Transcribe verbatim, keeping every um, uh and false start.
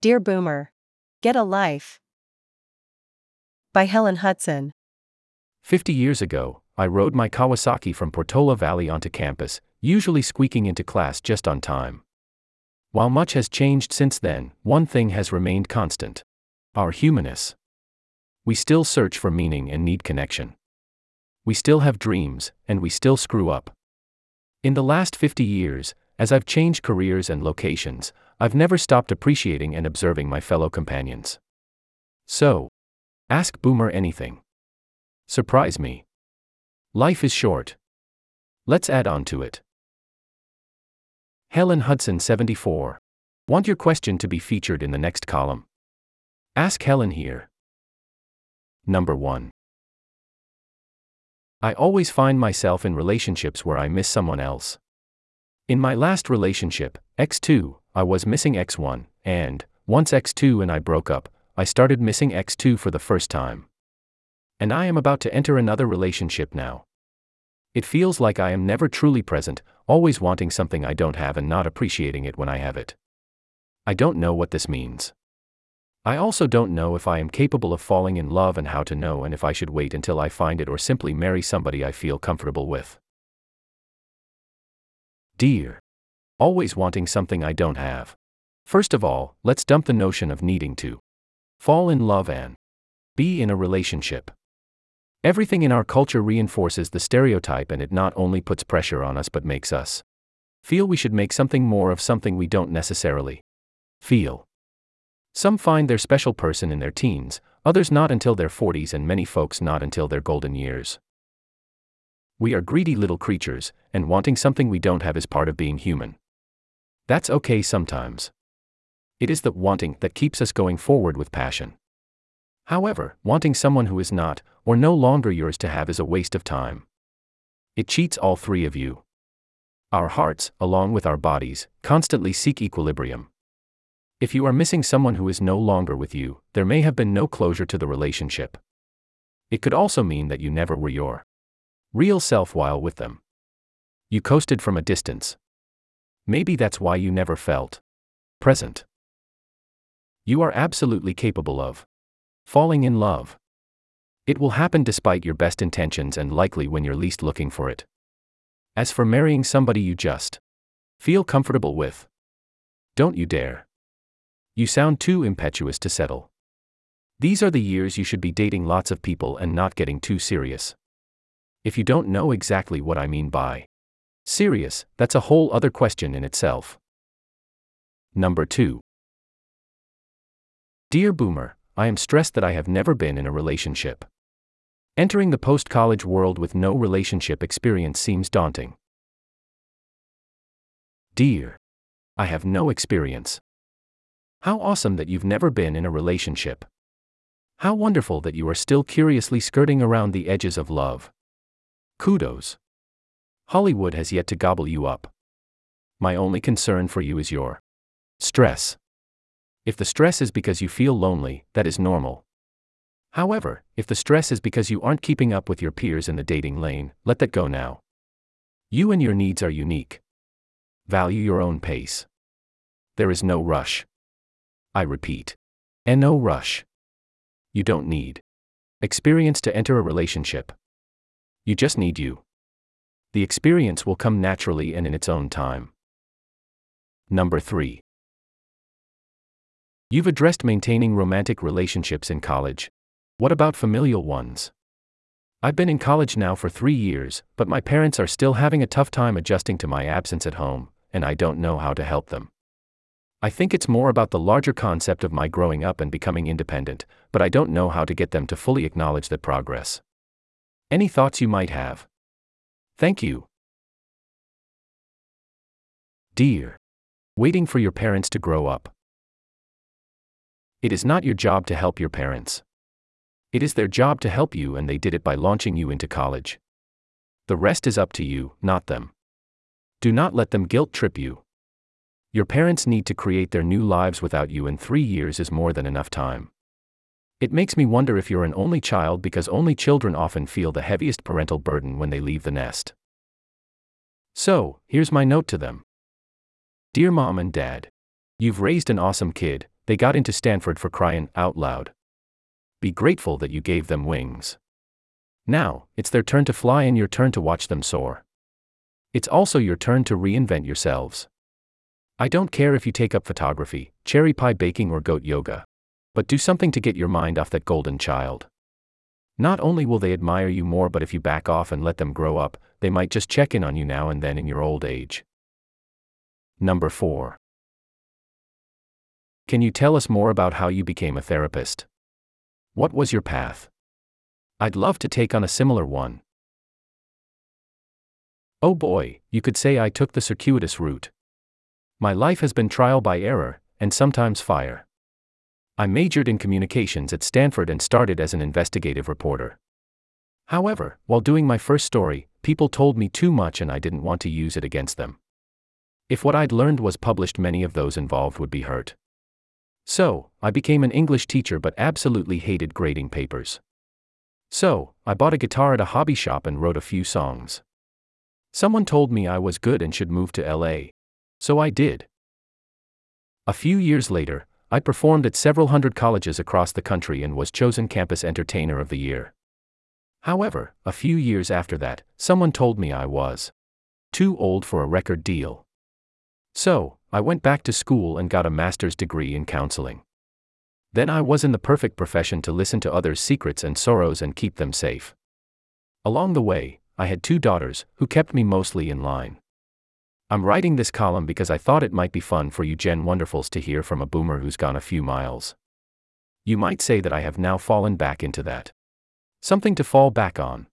Dear Boomer. Get a life. By Helen Hudson. Fifty years ago, I rode my Kawasaki from Portola Valley onto campus, usually squeaking into class just on time. While much has changed since then, one thing has remained constant: our humanness. We still search for meaning and need connection. We still have dreams, and we still screw up. In the last fifty years, as I've changed careers and locations, I've never stopped appreciating and observing my fellow companions. So, ask Boomer anything. Surprise me. Life is short. Let's add on to it. Helen Hudson seventy-four. Want your question to be featured in the next column? Ask Helen here. Number one. I always find myself in relationships where I miss someone else. In my last relationship, X two, I was missing X one, and, once X two and I broke up, I started missing X two for the first time. And I am about to enter another relationship now. It feels like I am never truly present, always wanting something I don't have and not appreciating it when I have it. I don't know what this means. I also don't know if I am capable of falling in love and how to know, and if I should wait until I find it or simply marry somebody I feel comfortable with. Dear. Always wanting something I don't have. First of all, let's dump the notion of needing to fall in love and be in a relationship. Everything in our culture reinforces the stereotype, and it not only puts pressure on us but makes us feel we should make something more of something we don't necessarily feel. Some find their special person in their teens, others not until their forties, and many folks not until their golden years. We are greedy little creatures, and wanting something we don't have is part of being human. That's okay sometimes. It is the wanting that keeps us going forward with passion. However, wanting someone who is not, or no longer yours to have, is a waste of time. It cheats all three of you. Our hearts, along with our bodies, constantly seek equilibrium. If you are missing someone who is no longer with you, there may have been no closure to the relationship. It could also mean that you never were your real self while with them. You coasted from a distance. Maybe that's why you never felt present. You are absolutely capable of falling in love. It will happen despite your best intentions and likely when you're least looking for it. As for marrying somebody you just feel comfortable with, don't you dare. You sound too impetuous to settle. These are the years you should be dating lots of people and not getting too serious. If you don't know exactly what I mean by serious, that's a whole other question in itself. Number two. Dear Boomer, I am stressed that I have never been in a relationship. Entering the post-college world with no relationship experience seems daunting. Dear. I have no experience. How awesome that you've never been in a relationship. How wonderful that you are still curiously skirting around the edges of love. Kudos. Hollywood has yet to gobble you up. My only concern for you is your stress. If the stress is because you feel lonely, that is normal. However, if the stress is because you aren't keeping up with your peers in the dating lane, let that go now. You and your needs are unique. Value your own pace. There is no rush. I repeat. And no rush. You don't need experience to enter a relationship. You just need you. The experience will come naturally and in its own time. Number three. You've addressed maintaining romantic relationships in college. What about familial ones? I've been in college now for three years, but my parents are still having a tough time adjusting to my absence at home, and I don't know how to help them. I think it's more about the larger concept of my growing up and becoming independent, but I don't know how to get them to fully acknowledge that progress. Any thoughts you might have? Thank you. Dear. Waiting for your parents to grow up. It is not your job to help your parents. It is their job to help you, and they did it by launching you into college. The rest is up to you, not them. Do not let them guilt trip you. Your parents need to create their new lives without you, and three years is more than enough time. It makes me wonder if you're an only child, because only children often feel the heaviest parental burden when they leave the nest. So, here's my note to them. Dear Mom and Dad. You've raised an awesome kid, they got into Stanford for crying out loud. Be grateful that you gave them wings. Now, it's their turn to fly and your turn to watch them soar. It's also your turn to reinvent yourselves. I don't care if you take up photography, cherry pie baking or goat yoga. But do something to get your mind off that golden child. Not only will they admire you more, but if you back off and let them grow up, they might just check in on you now and then in your old age. Number four. Can you tell us more about how you became a therapist? What was your path? I'd love to take on a similar one. Oh boy, you could say I took the circuitous route. My life has been trial by error, and sometimes fire. I majored in communications at Stanford and started as an investigative reporter. However, while doing my first story, people told me too much and I didn't want to use it against them. If what I'd learned was published, many of those involved would be hurt. So, I became an English teacher but absolutely hated grading papers. So, I bought a guitar at a hobby shop and wrote a few songs. Someone told me I was good and should move to L A. So I did. A few years later, I performed at several hundred colleges across the country and was chosen Campus Entertainer of the Year. However, a few years after that, someone told me I was too old for a record deal. So, I went back to school and got a master's degree in counseling. Then I was in the perfect profession to listen to others' secrets and sorrows and keep them safe. Along the way, I had two daughters, who kept me mostly in line. I'm writing this column because I thought it might be fun for you Gen Wonderfuls to hear from a boomer who's gone a few miles. You might say that I have now fallen back into that. Something to fall back on.